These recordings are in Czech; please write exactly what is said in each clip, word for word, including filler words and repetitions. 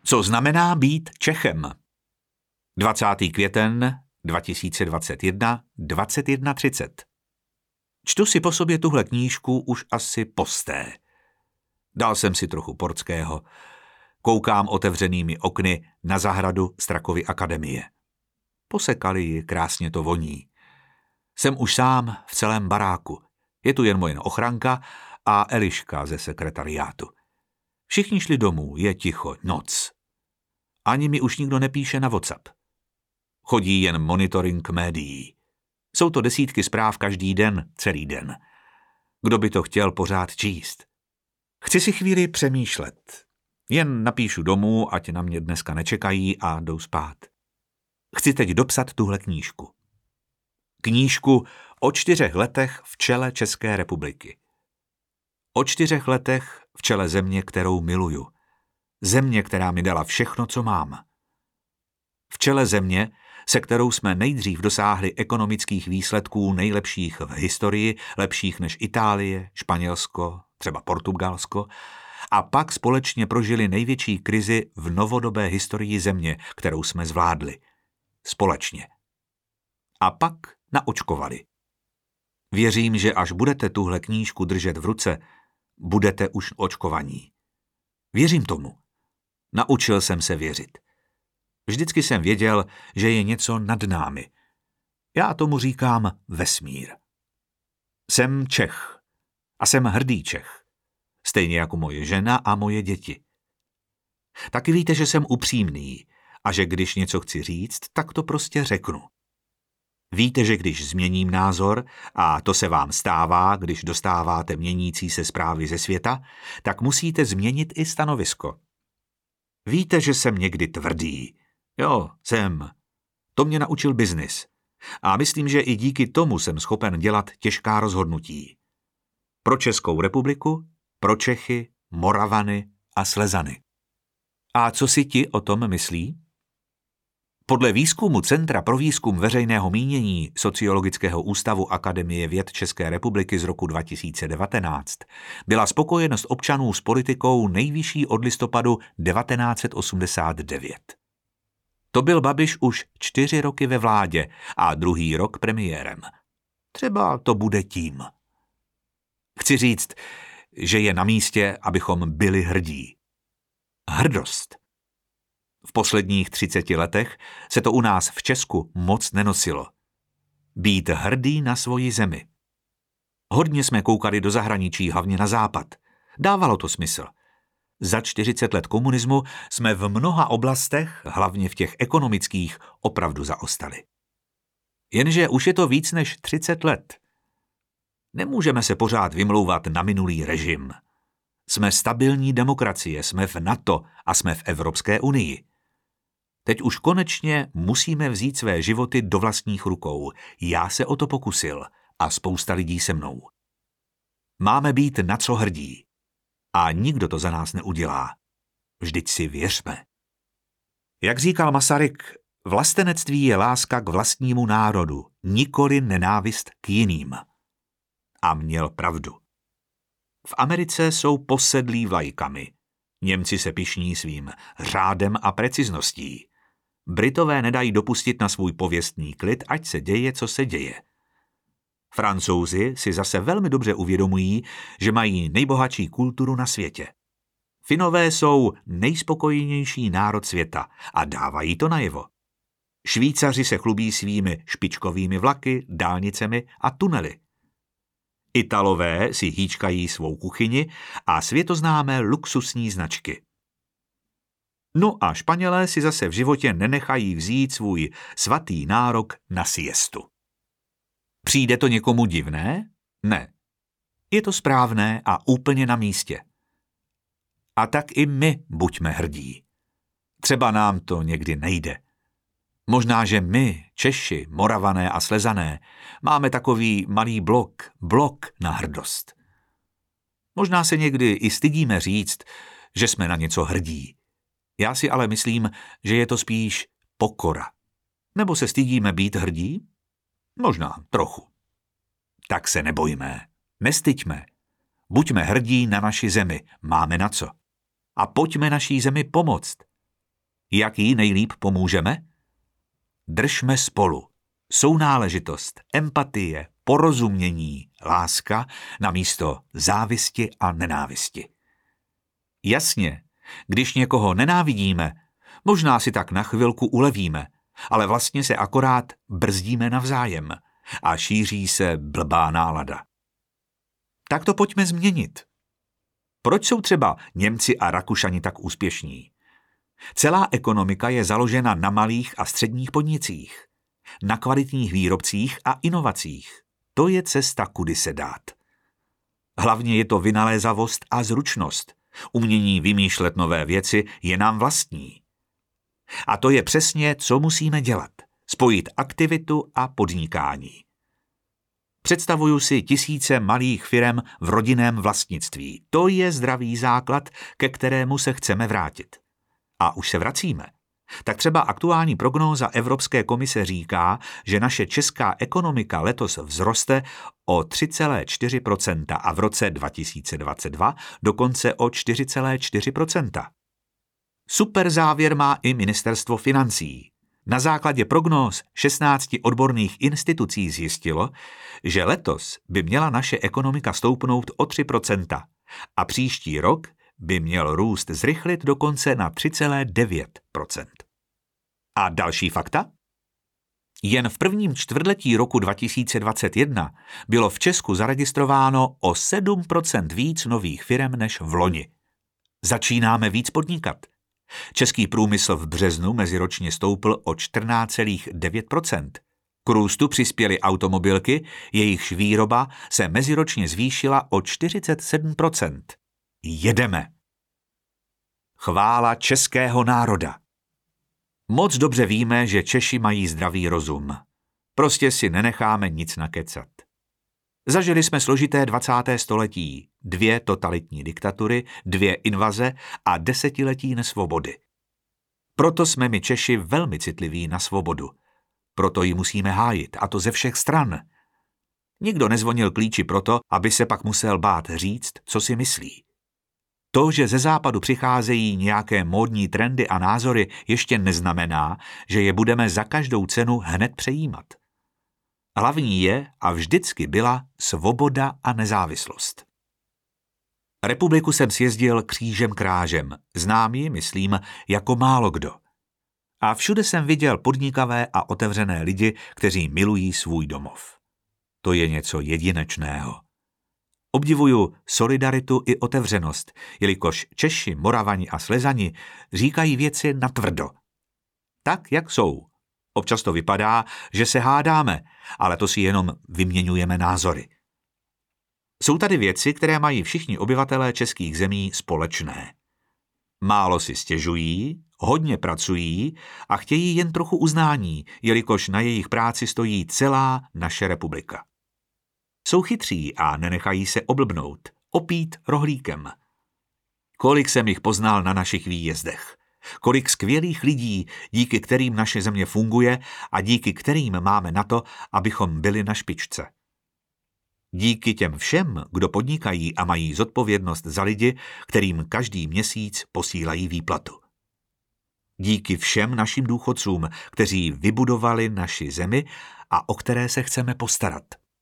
Co znamená být Čechem? dvacátý květen dva tisíce dvacet jedna, dvacet jedna třicet. Čtu si po sobě tuhle knížku už asi posté. Dal jsem si trochu Portského. Koukám otevřenými okny na zahradu Strakovy akademie. Posekali ji, krásně to voní. Jsem už sám v celém baráku. Je tu jen moje ochranka a Eliška ze sekretariátu. Všichni šli domů, je ticho, noc. Ani mi už nikdo nepíše na WhatsApp. Chodí jen monitoring médií. Jsou to desítky zpráv každý den, celý den. Kdo by to chtěl pořád číst? Chci si chvíli přemýšlet. Jen napíšu domů, ať na mě dneska nečekají a jdou spát. Chci teď dopsat tuhle knížku. Knížku o čtyřech letech v čele České republiky. O čtyřech letech v čele země, kterou miluju. Země, která mi dala všechno, co mám. V čele země, se kterou jsme nejdřív dosáhli ekonomických výsledků nejlepších v historii, lepších než Itálie, Španělsko, třeba Portugalsko, a pak společně prožili největší krizi v novodobé historii země, kterou jsme zvládli. Společně. A pak naočkovali. Věřím, že až budete tuhle knížku držet v ruce, budete už očkovaní. Věřím tomu. Naučil jsem se věřit. Vždycky jsem věděl, že je něco nad námi. Já tomu říkám vesmír. Jsem Čech. A jsem hrdý Čech. Stejně jako moje žena a moje děti. Taky víte, že jsem upřímný a že když něco chci říct, tak to prostě řeknu. Víte, že když změním názor, a to se vám stává, když dostáváte měnící se zprávy ze světa, tak musíte změnit i stanovisko. Víte, že jsem někdy tvrdý. Jo, jsem. To mě naučil biznis. A myslím, že i díky tomu jsem schopen dělat těžká rozhodnutí. Pro Českou republiku, pro Čechy, Moravany a Slezany. A co si ti o tom myslí? Podle výzkumu Centra pro výzkum veřejného mínění Sociologického ústavu Akademie věd České republiky z roku dva tisíce devatenáct byla spokojenost občanů s politikou nejvyšší od listopadu devatenáct set osmdesát devět. To byl Babiš už čtyři roky ve vládě a druhý rok premiérem. Třeba to bude tím. Chci říct, že je na místě, abychom byli hrdí. Hrdost. V posledních třiceti letech se to u nás v Česku moc nenosilo. Být hrdý na svoji zemi. Hodně jsme koukali do zahraničí, hlavně na západ. Dávalo to smysl. Za čtyřicet let komunismu jsme v mnoha oblastech, hlavně v těch ekonomických, opravdu zaostali. Jenže už je to víc než třicet let. Nemůžeme se pořád vymlouvat na minulý režim. Jsme stabilní demokracie, jsme v NATO a jsme v Evropské unii. Teď už konečně musíme vzít své životy do vlastních rukou. Já se o to pokusil a spousta lidí se mnou. Máme být na co hrdí. A nikdo to za nás neudělá. Vždyť si věřme. Jak říkal Masaryk, vlastenectví je láska k vlastnímu národu, nikoli nenávist k jiným. A měl pravdu. V Americe jsou posedlí vlajkami. Němci se pyšní svým řádem a precizností. Britové nedají dopustit na svůj pověstný klid, ať se děje, co se děje. Francouzi si zase velmi dobře uvědomují, že mají nejbohatší kulturu na světě. Finové jsou nejspokojenější národ světa a dávají to najevo. Švýcaři se chlubí svými špičkovými vlaky, dálnicemi a tunely. Italové si hýčkají svou kuchyni a světoznámé luxusní značky. No a Španělé si zase v životě nenechají vzít svůj svatý nárok na siestu. Přijde to někomu divné? Ne. Je to správné a úplně na místě. A tak i my buďme hrdí. Třeba nám to někdy nejde. Možná, že my, Češi, Moravané a Slezané, máme takový malý blok, blok na hrdost. Možná se někdy i stydíme říct, že jsme na něco hrdí. Já si ale myslím, že je to spíš pokora. Nebo se stydíme být hrdí? Možná trochu. Tak se nebojme, nestyďme. Buďme hrdí na naši zemi, máme na co. A pojďme naší zemi pomoct. Jak jí nejlíp pomůžeme? Držme spolu. Sounáležitost, empatie, porozumění, láska namísto závisti a nenávisti. Jasně, když někoho nenávidíme, možná si tak na chvilku ulevíme, ale vlastně se akorát brzdíme navzájem a šíří se blbá nálada. Tak to pojďme změnit. Proč jsou třeba Němci a Rakušani tak úspěšní? Celá ekonomika je založena na malých a středních podnicích, na kvalitních výrobcích a inovacích. To je cesta, kudy se dát. Hlavně je to vynalézavost a zručnost. Umění vymýšlet nové věci je nám vlastní. A to je přesně, co musíme dělat. Spojit aktivitu a podnikání. Představuju si tisíce malých firem v rodinném vlastnictví. To je zdravý základ, ke kterému se chceme vrátit. A už se vracíme. Tak třeba aktuální prognóza Evropské komise říká, že naše česká ekonomika letos vzroste o tři celá čtyři procenta a v roce dva tisíce dvacet dva dokonce o čtyři celá čtyři procenta. Super závěr má i ministerstvo financí. Na základě prognóz šestnácti odborných institucí zjistilo, že letos by měla naše ekonomika stoupnout o tři procenta a příští rok by měl růst zrychlit dokonce na tři celá devět procenta. A další fakta? Jen v prvním čtvrtletí roku dva tisíce dvacet jedna bylo v Česku zaregistrováno o sedm procent víc nových firem než v loni. Začínáme víc podnikat. Český průmysl v březnu meziročně stoupl o čtrnáct celá devět procenta. K růstu přispěly automobilky, jejichž výroba se meziročně zvýšila o čtyřicet sedm procent. Jedeme. Chvála českého národa. Moc dobře víme, že Češi mají zdravý rozum. Prostě si nenecháme nic nakecat. Zažili jsme složité dvacáté století, dvě totalitní diktatury, dvě invaze a desetiletí nesvobody. Proto jsme my Češi velmi citliví na svobodu. Proto ji musíme hájit, a to ze všech stran. Nikdo nezvonil klíči proto, aby se pak musel bát říct, co si myslí. To, že ze západu přicházejí nějaké módní trendy a názory, ještě neznamená, že je budeme za každou cenu hned přejímat. Hlavní je a vždycky byla svoboda a nezávislost. Republiku jsem sjezdil křížem krážem, znám ji, myslím, jako málo kdo. A všude jsem viděl podnikavé a otevřené lidi, kteří milují svůj domov. To je něco jedinečného. Obdivuju solidaritu i otevřenost, jelikož Češi, Moravani a Slezani říkají věci natvrdo. Tak, jak jsou. Občas to vypadá, že se hádáme, ale to si jenom vyměňujeme názory. Jsou tady věci, které mají všichni obyvatelé českých zemí společné. Málo si stěžují, hodně pracují a chtějí jen trochu uznání, jelikož na jejich práci stojí celá naše republika. Jsou chytří a nenechají se oblbnout, opít rohlíkem. Kolik jsem jich poznal na našich výjezdech. Kolik skvělých lidí, díky kterým naše země funguje a díky kterým máme na to, abychom byli na špičce. Díky těm všem, kdo podnikají a mají zodpovědnost za lidi, kterým každý měsíc posílají výplatu. Díky všem našim důchodcům, kteří vybudovali naši zemi a o které se chceme postarat.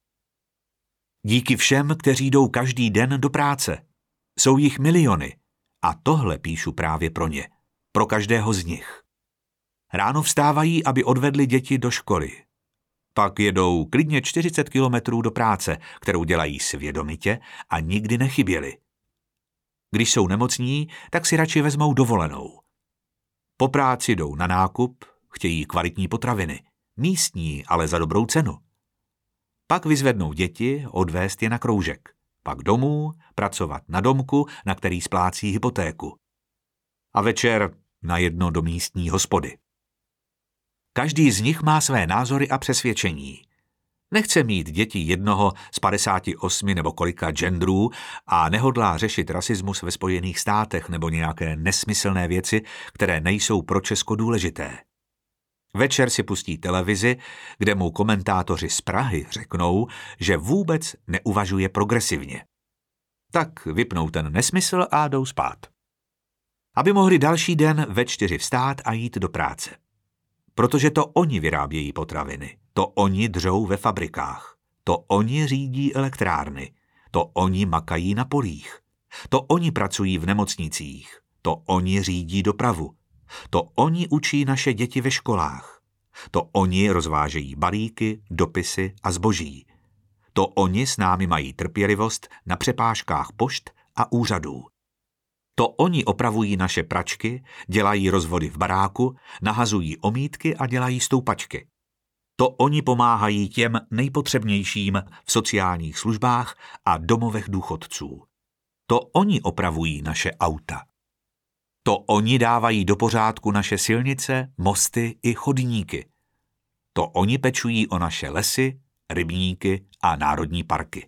Díky všem, kteří jdou každý den do práce. Jsou jich miliony a tohle píšu právě pro ně, pro každého z nich. Ráno vstávají, aby odvedli děti do školy. Pak jedou klidně čtyřicet kilometrů do práce, kterou dělají svědomitě a nikdy nechyběli. Když jsou nemocní, tak si radši vezmou dovolenou. Po práci jdou na nákup, chtějí kvalitní potraviny, místní, ale za dobrou cenu. Pak vyzvednou děti, odvést je na kroužek. Pak domů, pracovat na domku, na který splácí hypotéku. A večer na jedno do místní hospody. Každý z nich má své názory a přesvědčení. Nechce mít děti jednoho z padesáti osmi nebo kolika genderů a nehodlá řešit rasismus ve Spojených státech nebo nějaké nesmyslné věci, které nejsou pro Česko důležité. Večer si pustí televizi, kde mu komentátoři z Prahy řeknou, že vůbec neuvažuje progresivně. Tak vypnou ten nesmysl a jdou spát. aby mohli další den ve čtyři vstát a jít do práce. Protože to oni vyrábějí potraviny, to oni dřou ve fabrikách, to oni řídí elektrárny, to oni makají na polích, to oni pracují v nemocnicích, to oni řídí dopravu, to oni učí naše děti ve školách, to oni rozvážejí balíky, dopisy a zboží. To oni s námi mají trpělivost na přepážkách pošt a úřadů. To oni opravují naše pračky, dělají rozvody v baráku, nahazují omítky a dělají stoupačky. To oni pomáhají těm nejpotřebnějším v sociálních službách a domovech důchodců. To oni opravují naše auta. To oni dávají do pořádku naše silnice, mosty i chodníky. To oni pečují o naše lesy, rybníky a národní parky.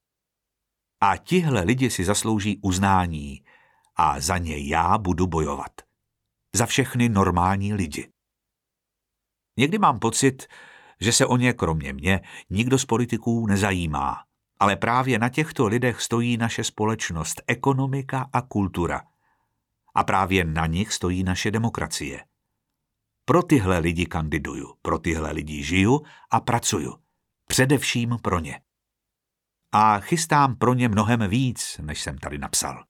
A tihle lidi si zaslouží uznání a za ně já budu bojovat. Za všechny normální lidi. Někdy mám pocit, že se o ně kromě mě nikdo z politiků nezajímá, ale právě na těchto lidech stojí naše společnost, ekonomika a kultura. A právě na nich stojí naše demokracie. Pro tyhle lidi kandiduju, pro tyhle lidi žiju a pracuju. Především pro ně. A chystám pro ně mnohem víc, než jsem tady napsal.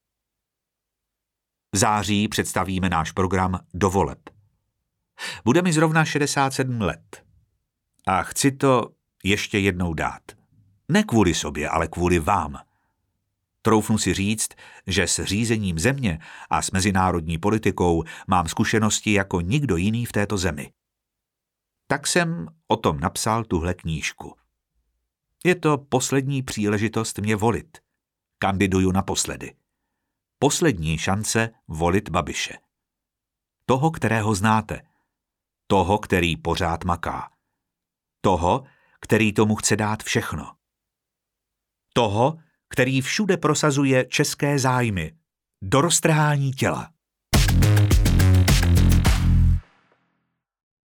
V září představíme náš program do voleb. Bude mi zrovna šedesát sedm let. A chci to ještě jednou dát. Ne kvůli sobě, ale kvůli vám. Troufnu si říct, že s řízením země a s mezinárodní politikou mám zkušenosti jako nikdo jiný v této zemi. Tak jsem o tom napsal tuhle knížku. Je to poslední příležitost mě volit. Kandiduju naposledy. Poslední šance volit Babiše. Toho, kterého znáte. Toho, který pořád maká. Toho, který tomu chce dát všechno. Toho, který všude prosazuje české zájmy. Do roztrhání těla.